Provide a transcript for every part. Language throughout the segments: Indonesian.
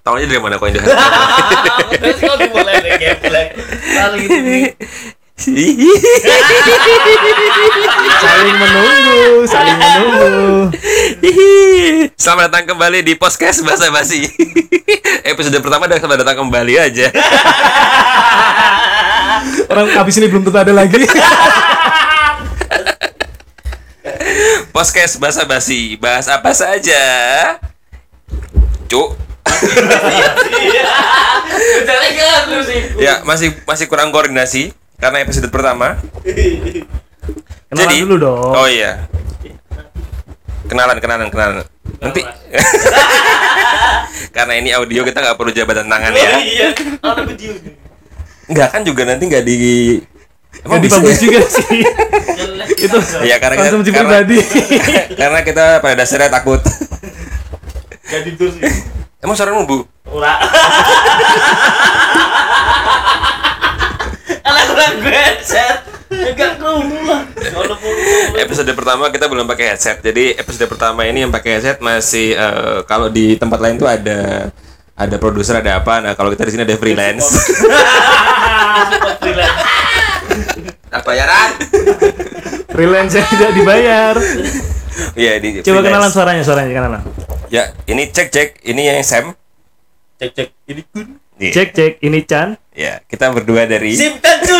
Tahu aja dari mana koin dia. Terus kok dimulai deh gameplay. Lalu gitu. Saling menunggu. Selamat datang kembali di podcast Basa Basi. Episode pertama dan selamat datang kembali aja. Orang abis ini belum tentu ada lagi. Podcast Basa Basi, bahas apa saja. Cuk. Ya, masih kurang koordinasi karena episode pertama. Kenalan dulu dong. Oh iya. Kenalan. Nanti. Karena ini audio kita nggak perlu jabatan tangan ya. Iya, ada video. Enggak kan juga nanti nggak di. Emang dipublish juga sih. Itu Ya karena konsumsi pribadi. Karena kita pada dasarnya takut. Gak tidur sih. Emang suaramu Bu? Ora. Anak gue headset. Enggak kerumunan. Episode pertama kita belum pakai headset. Jadi episode pertama ini yang pakai headset masih kalau di tempat lain tuh ada produser, ada apa. Nah, kalau kita di sini ada freelance. Apa ya, Ran? Freelance yang tidak dibayar. Iya, di Coba freelance. kenalan suaranya kenalan. Ya, ini cek. Ini yang Sam. Cek. Ini kun. Iya. Cek, ini Chan. Ya, kita berdua dari Simpen Jun.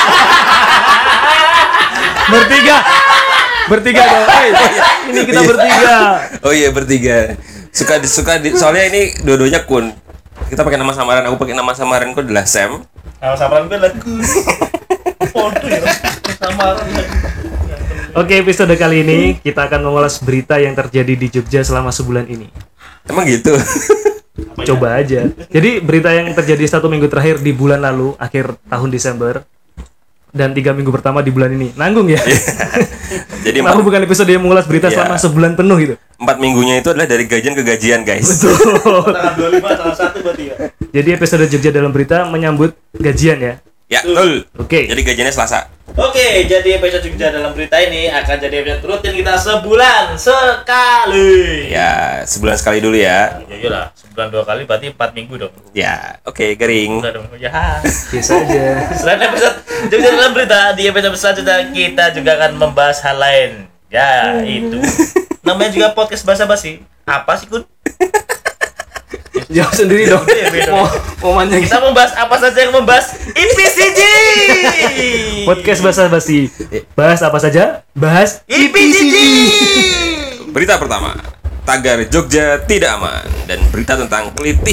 Bertiga dong. Ini kita bertiga. Oh iya, bertiga. Suka soalnya ini dua-duanya Kun. Kita pakai nama samaran. Aku pakai nama samaranku adalah Sam. Nama samaran gue adalah kun. Foto ya. Samaran. Oke, episode kali ini kita akan mengulas berita yang terjadi di Jogja selama sebulan ini. Emang gitu? Coba aja. Jadi berita yang terjadi 1 minggu terakhir di bulan lalu, akhir tahun Desember, dan 3 minggu pertama di bulan ini. Nanggung ya? Jadi Kenapa bukan episode yang mengulas berita Iya. selama sebulan penuh gitu? 4 minggunya itu adalah dari gajian ke gajian, guys. Tanggal 25 tanggal 1 berarti ya. Jadi episode Jogja dalam berita menyambut gajian ya. Ya, betul. Oke. Jadi gajiannya Selasa. Oke, jadi episode Jogja dalam berita ini akan jadi episode rutin kita sebulan sekali. Ya, sebulan sekali dulu ya. Ya iyalah, sebulan 2 kali berarti 4 minggu dong. Ya, oke, garing. Udah dong. Ya. Biasa aja. Selain episode Jogja dalam berita, di episode selanjutnya kita juga akan membahas hal lain. Ya, itu namanya juga podcast basa-basi. Apa sih, Kun? Jawab sendiri dong. Momennya Kita membahas apa saja yang membahas IPCG. podcast basa-basi. Bahas apa saja? Bahas IPCG. Berita pertama. Tagar Jogja tidak aman dan berita tentang klitih.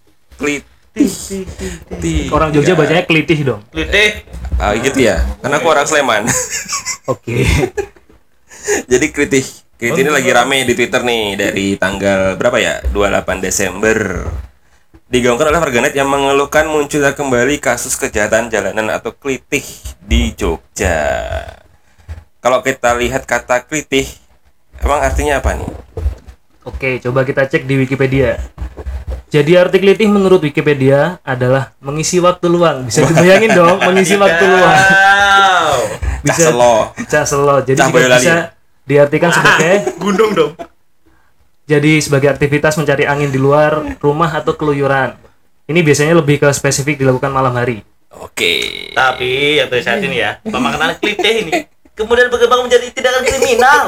Orang Jogja bacanya klitih dong. Litih. Ah, gitu ya. Karena aku orang Sleman. Oke. Jadi klitih ini lagi rame di Twitter nih dari tanggal berapa ya? 28 Desember. Digaungkan oleh warganet yang mengeluhkan munculnya kembali kasus kejahatan jalanan atau klitih di Jogja. Kalau kita lihat kata klitih, emang artinya apa nih? Oke, coba kita cek di Wikipedia. Jadi arti klitih menurut Wikipedia adalah mengisi waktu luang. Bisa dibayangin dong, mengisi waktu luang. Bisa Cah selo. Jadi Cah juga Boyolali. bisa diartikan sebagai Gundung dong. jadi sebagai aktivitas mencari angin di luar rumah atau keluyuran. Ini biasanya lebih ke spesifik dilakukan malam hari. Oke. Tapi yang saat ini ya, pemakanan klitih ini kemudian berkembang menjadi tindakan kriminal.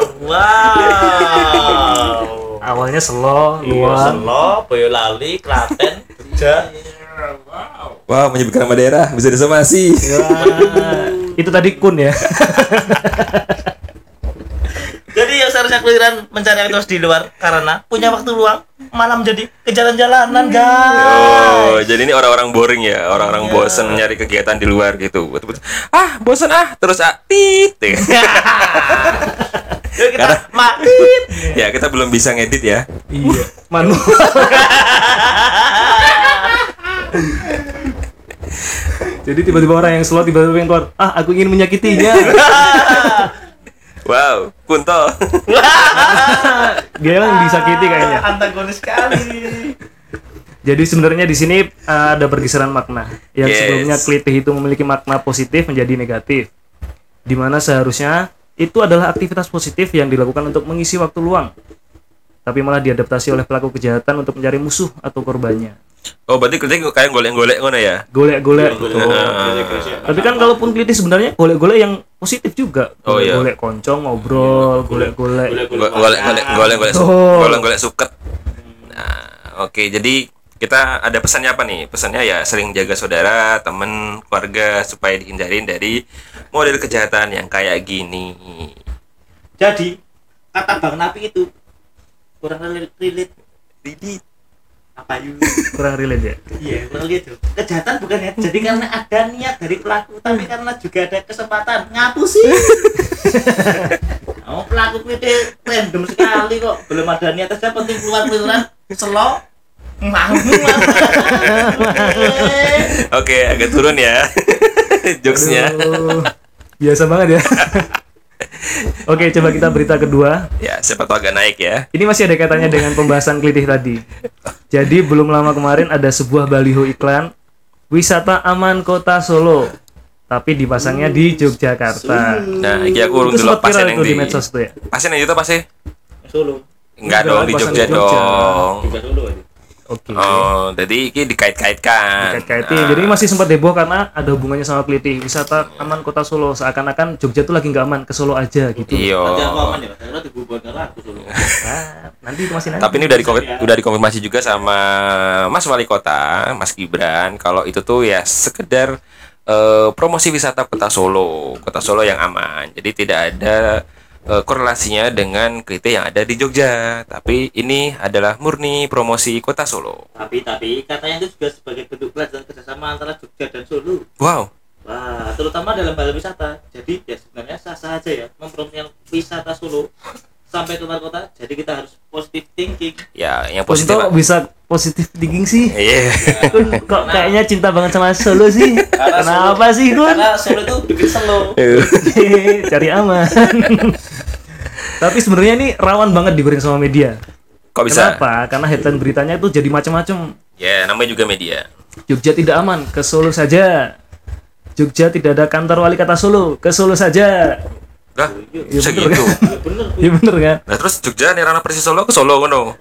Wow. Awalnya selo, Iya, luang. Selo, Boyolali, Klaten, Jogja. Wow, menyebutkan nama daerah bisa disomasi. Wah, itu tadi Kun ya. Jadi yang seharusnya keluyuran mencari aktivitas di luar karena punya waktu luang malah menjadi ke jalan-jalanan, guys. Oh, jadi ini orang-orang boring ya, orang-orang bosen nyari kegiatan di luar gitu. Betul-betul. Ah, bosen terus tit. Yuk kita Karena- main. Ya, kita belum bisa ngedit ya. Iya. Manual. Jadi tiba-tiba orang yang slow tiba-tiba yang keluar, aku ingin menyakitinya. Wow, Kunto. Dia yang disakiti kayaknya. Antagonis sekali. Jadi sebenarnya di sini ada pergeseran makna. Yang Yes. sebelumnya klitih itu memiliki makna positif menjadi negatif. Di mana seharusnya itu adalah aktivitas positif yang dilakukan untuk mengisi waktu luang. tapi malah diadaptasi oleh pelaku kejahatan untuk mencari musuh atau korbannya. Oh, berarti kritik kayak golek-golek ngono ya? Golek-golek. Tapi kan kalaupun kritik sebenarnya golek-golek yang positif juga. Oh, iya. Golek konco, ngobrol, golek-golek. Golek-golek suket. Nah, oke, jadi kita ada pesannya apa nih? Pesannya ya sering jaga saudara, teman, keluarga supaya dihindarin dari model kejahatan yang kayak gini. Jadi kata Bang Napi itu kurang relate apa yuk? Kurang relate ya? Iya, kurang relate tuh. Kejahatan bukan ya. Jadi karena ada niat dari pelaku, tapi karena juga ada kesempatan. Ngapu sih? Oh, pelaku kritik random sekali kok. Belum ada niat aja, penting keluar keluaran selo. Oke, agak turun ya jokesnya. Aduh, biasa banget ya. Oke, coba kita berita kedua. Ya, siapa tahu agak naik ya. Ini masih ada kaitannya dengan pembahasan klitih tadi. Jadi belum lama kemarin ada sebuah baliho iklan wisata aman kota Solo, tapi dipasangnya di Yogyakarta. Nah, iki aku urung Itu delok sempat pasien viral yang itu di di medsos tuh ya. pasien yang itu pasti. Solo. Enggak Enggak, dong di pasang Jogja di Jogja. dong. Juga Solo aja. Oke. Oh, jadi ini dikait-kaitkan. Kait-kaitin. Jadi masih sempat heboh karena ada hubungannya sama klitih wisata aman kota Solo. Seakan-akan Jogja tuh lagi nggak aman, ke Solo aja gitu. Iya. Nanti aku aman ya, karena dibubarkan aku Solo. Nah, nanti itu masih nanti. Tapi ini udah dikonfirmasi juga sama Mas Wali Kota, Mas Gibran, kalau itu tuh ya sekedar promosi wisata Kota Solo yang aman. Jadi tidak ada korelasinya dengan kritik yang ada di Jogja. Tapi ini adalah murni promosi Kota Solo. Tapi katanya itu juga sebagai bentuk pelajaran kerjasama antara Jogja dan Solo. Wow. Wah, terutama dalam hal wisata. Jadi ya sebenarnya sah-sah aja ya mempromosikan wisata Solo sampai ke luar kota. Jadi kita harus positive thinking. Ya, yang positif. Kok bisa positif thinking sih? Iya. Kun kok kayaknya cinta banget sama Solo sih. Kenapa sih Kun? Karena Solo itu bikin selo. Cari aman. Tapi sebenarnya ini rawan banget digoreng sama media. Kok bisa? Kenapa? Karena headline beritanya itu jadi macam-macam. Ya, namanya juga media. Jogja tidak aman, ke Solo saja. Jogja tidak ada kantor wali kota Solo, ke Solo saja. Lah, Iya, segitu. bener. Bener. Iya bener kan? Nah, terus Jogja nih Rana Persis Solo ke Solo ngono.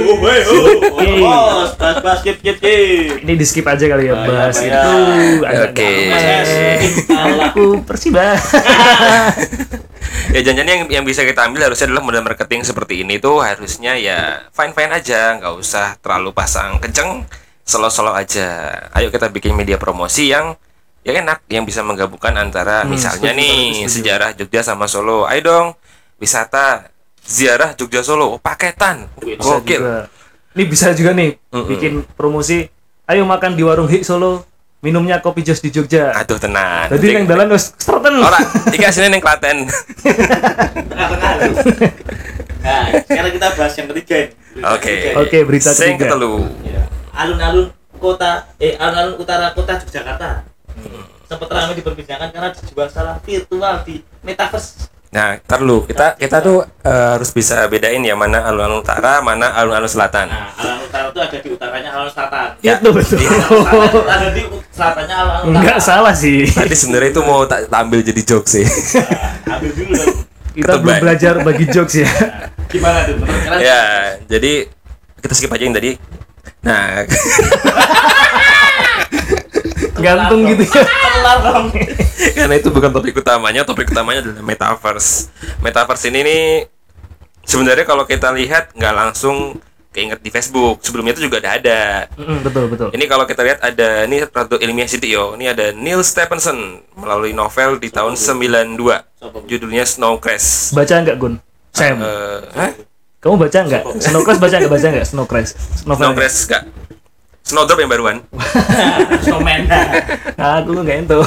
Bas skip. Ini di skip aja kali ya, bahas ya. itu. agak Oke. gampang. Aku Persiba. Ya jangan-jangan yang bisa kita ambil harusnya adalah modal marketing seperti ini tuh harusnya ya fine-fine aja, nggak usah terlalu pasang kenceng, selo-selo aja. Ayo kita bikin media promosi yang enak, yang bisa menggabungkan antara misalnya nih sejarah Jogja sama Solo. Ayo dong wisata ziarah Jogja Solo, paketan, Bisa gokil. juga. Ini bisa juga nih bikin promosi. Ayo makan di warung Hik Solo, minumnya kopi jos di Jogja. Aduh tenan. Jadi yang dalan wis starten. Ora, iki asline ning Klaten. Nah, sekarang kita bahas yang ketiga ini. Oke, berita Sing ketiga. ketelu. Alun-alun alun-alun utara kota Yogyakarta. Sempat ramai diperbincangkan karena dijual secara virtual di metaverse. Nah, ntar lu kita tuh harus bisa bedain ya mana alun-alun utara, mana alun-alun selatan. Nah, alun-alun utara itu ada di utaranya alun selatan. Ya, itu betul. Alun selatan ada di selatannya alun-alun utara. Enggak salah sih. Tadi sebenarnya itu mau tak ambil jadi joke sih. Nah, ambil dulu dong. Kita belum Ketebak. belajar bagi jokes ya. Gimana tuh? Menurut kalian? Ya, jadi kita skip aja yang tadi. Nah, Gantung gitu ya. Kelar dong. karena itu bukan topik utamanya. Topik utamanya adalah metaverse. Metaverse ini nih sebenarnya kalau kita lihat nggak langsung keinget di Facebook. Sebelumnya itu juga ada. Betul. Ini kalau kita lihat ada ini rada ilmiah Siti yo. Ini ada Neil Stephenson melalui novel di tahun 92. Judulnya Snow Crash. Baca enggak, Gun? Sam. Hah? Kamu baca enggak? Snow Crash baca enggak? Snow Crash. Snow Crash enggak? Snowdrop yang baruan. Snowman. Aku enggak ento.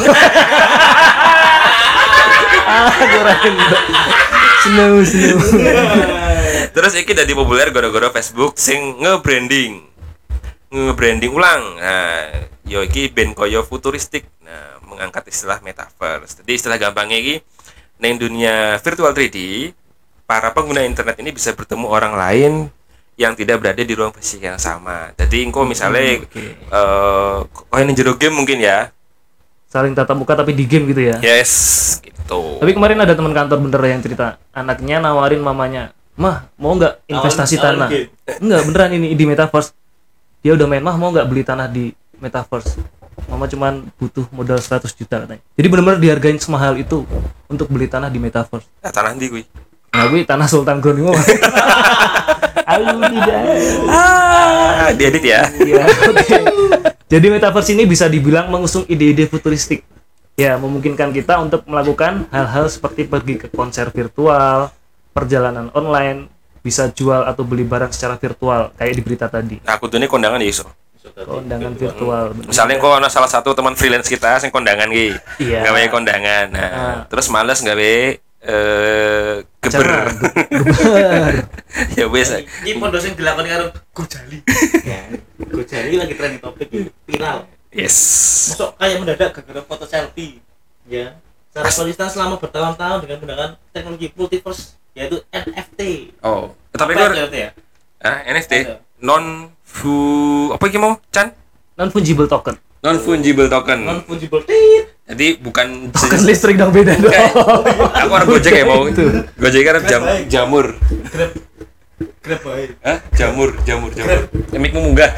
Kurang. Snow. Terus iki dadi populer gara-gara Facebook sing nge-branding ulang. Nah, yo iki ben koyo futuristik. Nah, mengangkat istilah metaverse. Jadi istilah gampangnya iki neng dunia virtual 3D, para pengguna internet ini bisa bertemu orang lain yang tidak berada di ruang fisik yang sama. Jadi engko misalnya koyo ning jero game mungkin ya. Saling tatap muka tapi di game gitu ya. Yes, gitu. Tapi kemarin ada teman kantor bener yang cerita, anaknya nawarin mamanya, mah mau nggak investasi Awal tanah? Enggak, beneran ini di metaverse. Dia udah main, mah mau nggak beli tanah di metaverse? Mama cuman butuh modal 100 juta katanya. Jadi benar-benar dihargain semahal itu untuk beli tanah di metaverse. Nah, tanah ndi kuwi? Nah, gue tanah Sultan Groning mah. Aku tidak. Diedit ya. Iya, oke. Jadi metaverse ini bisa dibilang mengusung ide-ide futuristik. Ya, memungkinkan kita untuk melakukan hal-hal seperti pergi ke konser virtual, perjalanan online, bisa jual atau beli barang secara virtual kayak di berita tadi. Nah, kudune kondangan ya iso. Kondangan virtual. Misalnya kok ana salah satu teman freelance kita sing kondangan ki. Iya. Gawe kondangan. Nah, terus males gawe geber. Geber. Ya wis. Ini pondok sing dilakoni karo Gojali. Ya, Gojali lagi trending topik ini, viral. Yes. Masuk kayak mendadak gara-gara foto selfie. Ya. Secara konsisten selama bertahun-tahun dengan menggunakan teknologi multiverse yaitu NFT. Oh, tapi Apa kok NFT ya? NFT non apa iki mau? Chan? Non fungible token. Non fungible token. Non fungible. Tit. Jadi bukan Token listrik dong, beda dong. aku orang Gojek ya mau. Gojek kan jamur. Grab bae. Hah? Jamur. Emikmu munggah.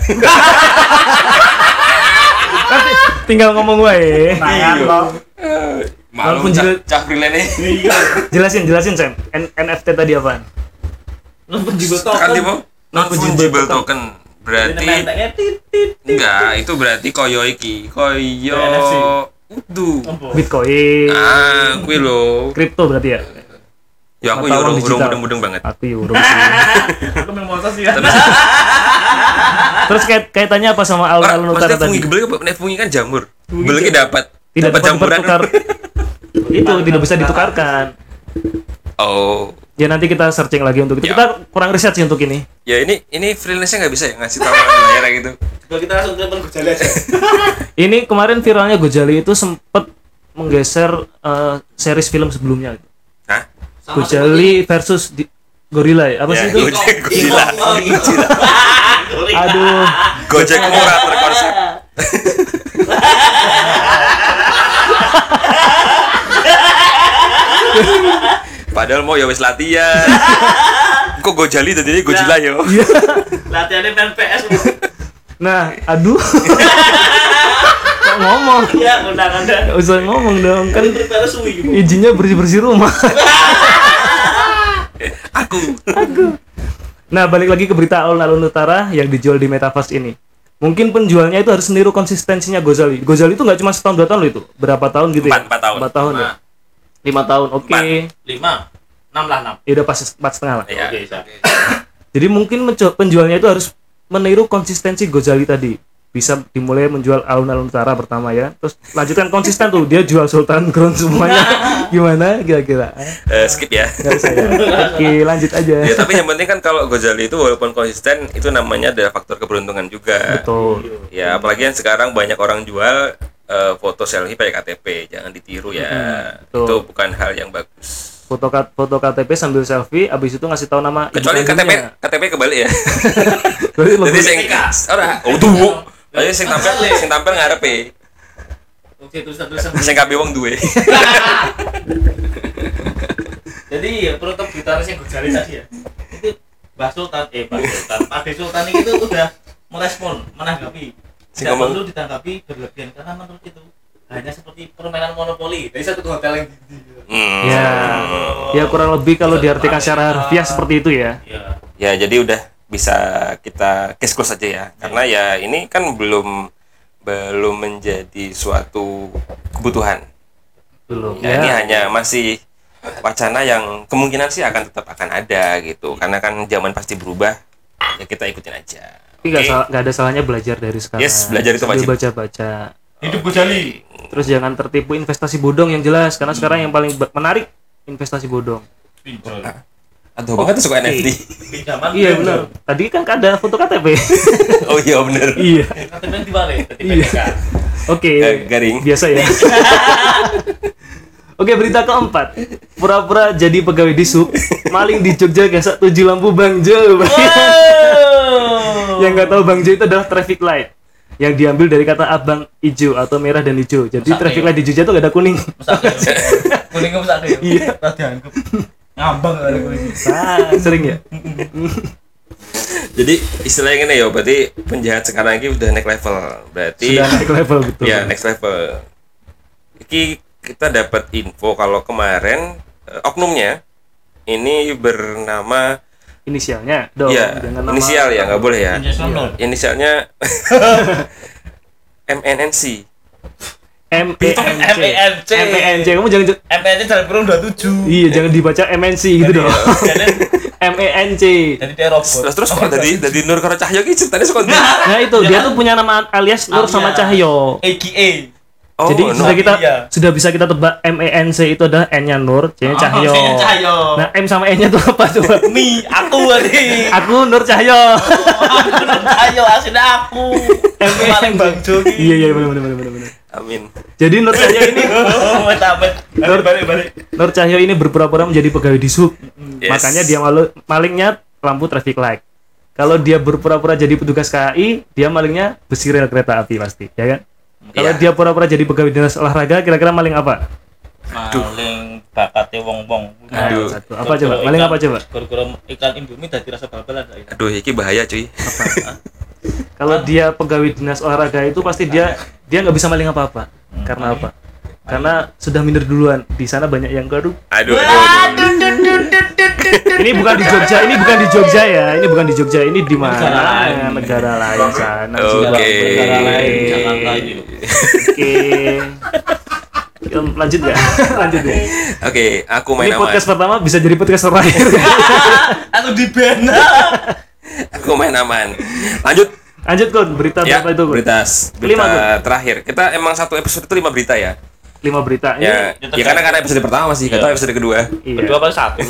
Tapi tinggal ngomong wae. Tangan lo. Malu fungible- cah freelance. Jelasin Sam. NFT tadi apaan? Non fungible Kan token. tipo non fungible token. Berarti enggak, itu berarti koyo iki. Koyo NFC. udu. Bitcoin, Kuwi lho. kripto berarti ya. Ya aku Mata ya uang urung digital. mudeng-mudeng banget. Aku ya urung sih. Aku memang motor sih ya. Terus kaitannya apa sama alun-alun utara Maksudnya fungi tadi? gebel fungi kan jamur. Gebel ki dapat Tidak dapat jamuran. bertukar. Itu tidak bisa ditukarkan. Oh. Ya nanti kita searching lagi untuk itu. Ya. Kita kurang riset sih untuk ini. Ya ini freelance-nya nggak bisa ya ngasih tahu bayar gitu. Coba kita langsung telepon Gojali aja. Ini kemarin viralnya Gojali itu sempet menggeser series film sebelumnya. Hah? Gojali versus Gorilla ya? Apa sih itu? Gojek Gojila. Gojila. Aduh. Gojek murah terkonsep. Padahal mau ya wis latihan. Kok Gojali tadi Gojila yo. Iya. Latihannya main PS. Nah, aduh. Kok ngomong? Ya, undangan dah. Gak usah ngomong dong, kan Prepare suwi gitu. izinnya bersih-bersih rumah. Aku. Nah, balik lagi ke berita alun-alun utara yang dijual di metaverse ini. Mungkin penjualnya itu harus meniru konsistensinya Gojali. Gojali itu nggak cuma setahun 2 tahun loh itu. Berapa tahun gitu ya? 4 tahun. 4 tahun ya. 5 tahun. Oke. 5. 6 lah 6. Ya udah pas 4,5 lah. Ya. Oke, bisa. Jadi mungkin penjualnya itu harus meniru konsistensi Gojali tadi. Bisa dimulai menjual alun-alun utara pertama ya. Terus lanjutkan konsisten tuh, dia jual Sultan Ground semuanya. Gimana kira-kira? Skip ya. Nggak usah ya. Oke, lanjut aja. Ya tapi yang penting kan kalau Gojali itu walaupun konsisten itu namanya ada faktor keberuntungan juga. Betul. Ya apalagi yang sekarang banyak orang jual foto selfie pakai KTP, jangan ditiru ya. betul. Itu bukan hal yang bagus. Foto KTP sambil selfie, abis itu ngasih tahu nama ibu Kecuali kandungnya. KTP kebalik ya. Berarti Jadi lebih sing ora, oh tuh. Ayo sing tampil ngarepe. Oke, tulisan-tulisan. Sing kabeh wong duwe. Jadi ya penutup gitaris yang Gojali tadi ya. Itu Pak Sultan Pak Sultan itu udah merespon, menanggapi. Sing Tidak ngomong- perlu ditanggapi berlebihan karena menurut itu hanya seperti permainan monopoli dari satu hotel yang di Ya, ya kurang lebih kalau diartikan secara harfiah seperti itu ya. ya. Ya jadi udah bisa kita case close aja ya. Karena ya ini kan belum menjadi suatu kebutuhan. Belum. Ya, ini hanya masih wacana yang kemungkinan sih akan tetap akan ada gitu. Karena kan zaman pasti berubah. Ya kita ikutin aja. Tapi nggak ada salahnya belajar dari sekarang. Yes, belajar itu Sambil wajib. baca-baca. Hidup Gojali. Terus jangan tertipu investasi bodong yang jelas. Karena sekarang yang paling menarik investasi bodong. Pinjol. Aduh banget suka NFT. Pinjaman. Iya benar. Tadi kan ada foto KTP. Oh iya bener. Iya. KTP di mana? Iya. Oke. Garing. Biasa ya. Oke, berita keempat. Pura-pura jadi pegawai di sub, maling di Jogja gasak 7 lampu Bang Jo. Yang nggak tahu Bang Jo itu adalah traffic light yang diambil dari kata abang hijau atau merah dan hijau. Jadi Masa traffic ya? light di Jogja tuh gak ada kuning. Kuning apa satu? Iya. Tadi anggap. Ngambang kali gue. Sering ya. Jadi istilahnya gini ya, berarti penjahat sekarang ini udah naik level. Berarti Sudah naik level betul. ya next level. Iki kita dapat info kalau kemarin oknumnya ini bernama Inisialnya dong. ya Jangan nama- inisial ya nggak boleh ya. Injil Inisialnya MNNC. MENC. MENC. MENC. Kamu jangan MNC dalam kurung 27. iya jangan dibaca MNC gitu dong. Jadi MENC. jadi dia robot. Terus kok dari Nur karo Cahyo iki ceritanya suka ndi? Nah itu dia tuh punya nama alias Nur sama Cahyo. AKA. Oh, Jadi Nur. sudah bisa kita tebak MENC itu adalah N-nya Nur, C-nya Cahyo. C-nya Cahyo. Nah, M sama N-nya tuh apa coba? Aku tadi. Aku Nur Cahyo. Aku Cahyo aslinya aku. Paling Bang Jogi. Iya benar. Amin. Jadi Nur Cahyo ini Balik. Nur Cahyo ini berpura-pura menjadi pegawai di sub. Yes. Makanya dia malingnya lampu traffic light. Kalau dia berpura-pura jadi petugas KAI, dia malingnya besi rel kereta api pasti, ya kan? Kalau Iya. dia pura-pura jadi pegawai dinas olahraga, kira-kira maling apa? Maling bakate wong-wong. Aduh. Satu. Apa coba? Maling apa coba? Gara-gara ikan Indomie dadi rasa bal-balan. Aduh, iki bahaya cuy. Kalau dia pegawai dinas olahraga itu pasti dia nggak bisa maling apa-apa. Karena apa? Karena sudah minder duluan. Di sana banyak yang gaduh. Aduh. Ini bukan di Jogja, ini bukan di Jogja ya. Ini bukan di Jogja, ini di mana? Negara lain sana. Oke. Negara lain Jakarta ini. Oke. Lanjut nggak? Lanjut ya. Oke, aku main Ini aman. podcast pertama bisa jadi podcast terakhir. Atau di band. Aku main aman. Lanjut. Lanjut Kun, berita Ya, berapa itu Kun? berita Lima, Kun. terakhir. Kita emang satu episode itu 5 berita ya. 5 berita. Ini Ya karena episode pertama masih, Iya. kata episode kedua. iya. Berdua apa satu?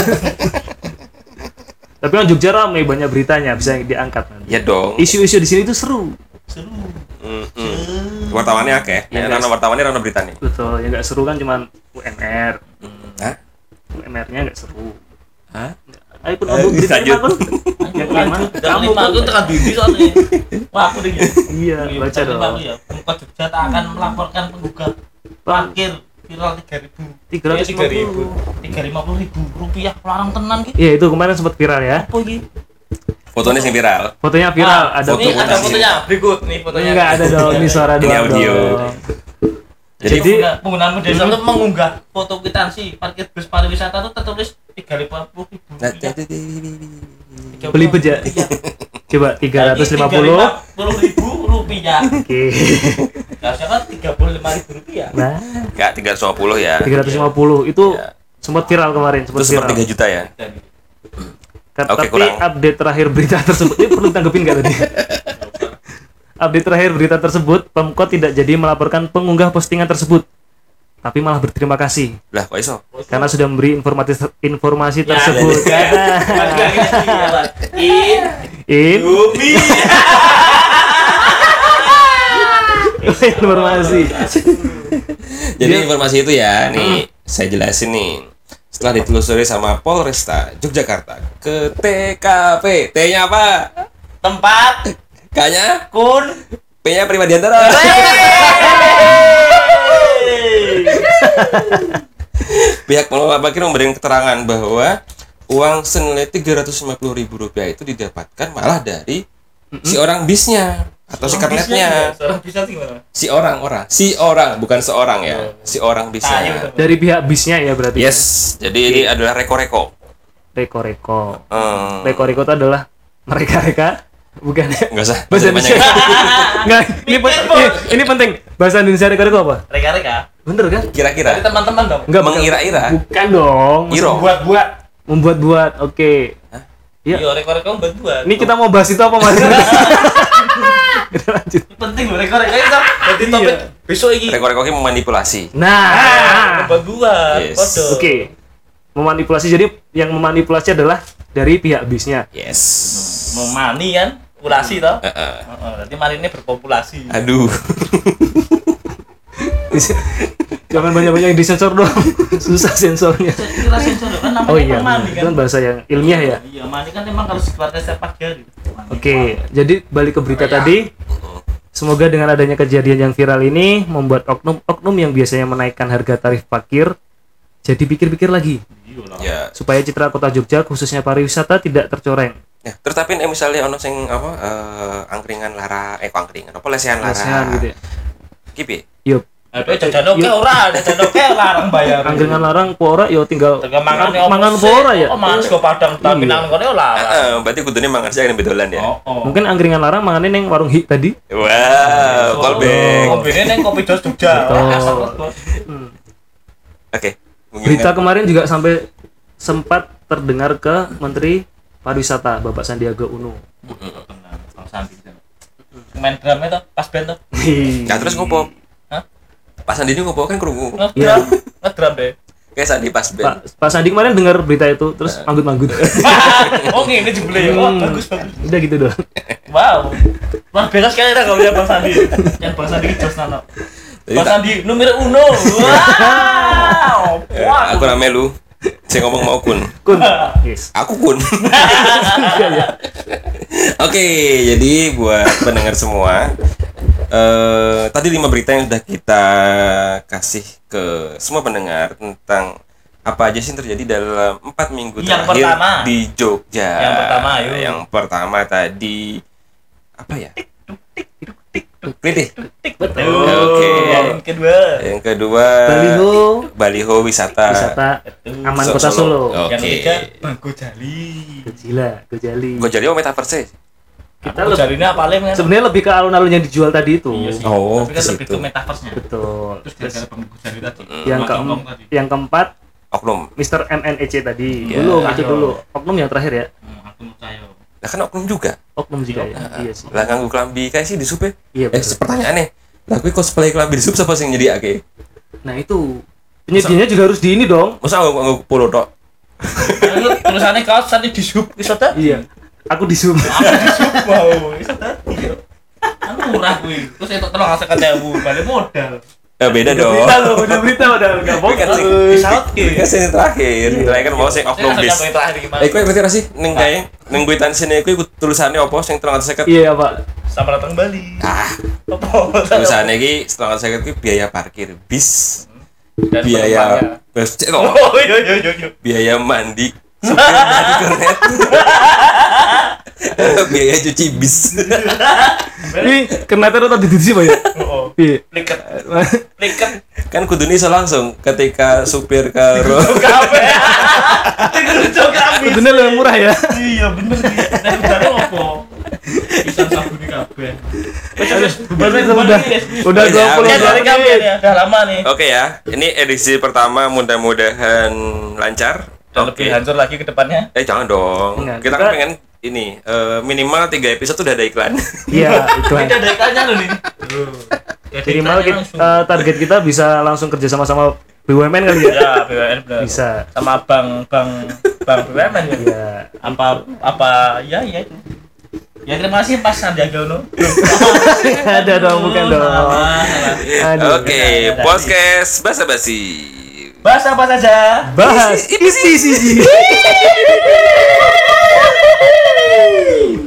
Tapi kan Jogja ramai banyak beritanya, bisa diangkat nanti. Ya dong. Isu-isu di sini tuh seru. Seru. Wartawannya akeh. Ya, Rano guys. wartawannya rano beritanya. Betul, yang nggak seru kan cuman UMR. Hah? UMR-nya nggak seru. Hah? Ayo Kun, kamu berita lanjut. lima, Kun. Yang kelima. Yang lima aku tekan bibi soalnya. Wah, aku deh. Iya, baca dong. Ya. Pemkot Jogja tak akan melaporkan penggugah parkir viral 3.000. 350. 350.000 rupiah larang tenan ki. Iya, itu kemarin sempat viral ya. Apa iki? Fotonya yang viral. Fotonya viral, Ah, ada foto ini ada mutasi. fotonya. Berikut nih fotonya. enggak ada dong, ini suara Ini doang. audio. dong. Jadi Jadi- penggunaan media sosial itu mengunggah foto kwitansi parkir bus pariwisata itu tertulis 350.000 Nah, rupiah. Beli beja. Coba 350. 350.000 rupiah. Oke. Harusnya kan 35.000 rupiah. Nah, Enggak 350 ya. 350 itu Iya. sempat viral kemarin, Itu sempat seperti viral. 3 juta ya. Oke, Tapi kurang. update terakhir berita tersebut ini perlu tanggepin nggak tadi? Update terakhir berita tersebut, Pemkot tidak jadi melaporkan pengunggah postingan tersebut, tapi malah berterima kasih Lah, kok iso? karena sudah memberi informasi Ya, tersebut. In Indomie. informasi. Jadi informasi itu ya, nih saya jelasin nih. Setelah ditelusuri sama Polresta Yogyakarta ke TKP. T-nya apa? Tempat K-nya? kun. P-nya Primadiantara. Pihak pengelola parkir memberikan keterangan bahwa uang senilai Rp350.000 itu didapatkan malah dari si orang bisnya atau si kernetnya. Seorang bisa gimana? Si orang bukan seorang ya. Si orang bisnya. Dari pihak bisnya ya berarti. Yes, jadi ini adalah reko-reko. Reko-reko. Eh, Reko-reko itu adalah mereka-reka, bukan ya? Enggak usah. Bahasa banyak. Indonesia. Enggak, ini penting. Bahasa Indonesia reko-reko apa? Reka-reka. Bener kan? Dari Kira-kira teman-teman dong. Enggak, bukan. mengira-ira. Bukan dong. Iro. Buat-buat. Membuat-buat. Oke. Iya. Iya, reka-reka buat-buat. Ini kita mau bahas itu apa Mas? Kita lanjut. Ini penting loh reka-reka itu. Jadi topik besok iki. Reko-reko ini memanipulasi. Nah. Buat-buat. Yes. Podo. Oke. Memanipulasi, jadi yang memanipulasi adalah dari pihak bisnya. Yes. Memani kan, populasi toh. Heeh. Berarti mani ini berpopulasi. Aduh. Jangan banyak-banyak yang disensor dong. Susah sensornya. Kira sensor kan namanya Oh iya, mani itu kan. kan bahasa yang ilmiah ya. Iya, mani kan memang harus dikeluarkan setiap pagi hari. Oke, jadi balik ke berita tadi. Semoga dengan adanya kejadian yang viral ini membuat oknum-oknum yang biasanya menaikkan harga tarif parkir jadi pikir-pikir lagi. Ya. supaya citra kota Jogja khususnya pariwisata tidak tercoreng. Ya, terus tapi nek misalnya ono sing apa angkringan lara kok angkringan apa lesehan lara. Lesehan gitu ya. Ki piye? Yup. Aduh jajan oke ora, jajan oke larang bayar. Angkringan larang po ora ya tinggal mangan po ora ya. Oh, mangan sego Padang tapi nang kono ya larang. Berarti kudune mangan sih bedolan ya. Oh. Mungkin angkringan larang mangane ning warung Hi tadi. Wow, callback. Kombine ning Kopi Dos Jogja. Oke. Berita kemarin juga sampai sempat terdengar ke Menteri Pariwisata Bapak Sandiaga Uno. Bang Sandi. Main drum itu pas band tuh. Nah, terus ngopo? Hah? Pas Sandi ini ngopo kan krungu. Ngedrum deh. Kayak Sandi pas band. Pak Sandi kemarin dengar berita itu terus manggut-manggut. Oh ini jebule ya. Oh, bagus. Udah gitu doang. Wow. Luar biasa sekali dah kalau lihat Bang Sandi. Yang Bang Sandi Jos Nano. Bang Sandi nomor uno. Wow. Aku rame lu. Saya ngomong mau kun. Kun. Yes. Aku kun. Oke, jadi buat pendengar semua, tadi 5 berita yang sudah kita kasih ke semua pendengar tentang apa aja sih yang terjadi dalam 4 minggu Yang terakhir pertama. di Jogja. Yang pertama, yuk. Yang pertama tadi apa ya? Kritik. Betul. Oke. Yang kedua Baliho wisata. Aman Kota Solo. Oke. Yang ketiga Bangku Jali. Gojali. Gojali oh metaverse. Kita Bangku Jali ini apa lem kan? sebenarnya lebih ke alun-alun yang dijual tadi itu. Iya sih. Oh, Tapi kan ke lebih situ. ke metaverse-nya. Betul. Terus gara-gara Bangku Jali tadi. Yang keempat Oknum. Mr. MNEC tadi. Iya. Belum itu Ayo. dulu. Oknum yang terakhir ya. Aku percaya. Lah kan oknum juga. Oknum juga ya. Iya sih. Lah nganggo klambi kae sih di sup e. Iya, betul. Pertanyaannya. Lah kuwi cosplay klambi di sup sapa sing nyediake? Nah itu penyediaannya juga harus di ini dong. Masa nganggo polo tok? Tulisannya kaos tadi di sub bisa tadi. Iya. Aku di Zoom. Aku di sub wow. Bisa tadi. Kan murah kuwi. Terus entuk 350.000 balik modal. Beda dong. Berita loh, udah berita udah enggak bohong. Kan sing Disaut ki. kan sing terakhir. Terakhir kan mau sing oknum bis. Kowe ngerti ra sih ning kae ning kuitan sini kuwi tulisannya apa sing 350? Iya, Pak. Sama datang Bali. Ah, Apa? tulisannya iki 350 kuwi biaya parkir bis, Dan biaya bus, Oh iya. biaya mandi, supir mandi kernet, biaya cuci bis. Ini kena terus tadi di sini, Pak ya? Oh. Iya. Liket. Kan kudune iso langsung ketika supir karo Kafe. Itu kami. Bener lebih murah ya. Iya bener sih. Dan dari opo? Bisa sabun kabeh. Udah Oh, ya, 20 Ya dari kami ya. Udah lama nih. Oke ya, ini edisi pertama mudah-mudahan lancar. Dan lebih hancur lagi ke depannya. Jangan dong. Enggak, Kita kita- kan pengen ini minimal 3 episode udah ada iklan. Iya, iklan. Ini ada ikannya loh nih. Minimal target kita bisa langsung kerja sama BUMN kali ya. Ya, BUMN benar. Bisa. Sama bang BUMN ya. Iya. Apa ya itu. Ya terima kasih Pak Sandiaga Uno. Ada dong, bukan dong. Aduh. Oke, podcast basa-basi. Bahas apa saja? Bahas isi.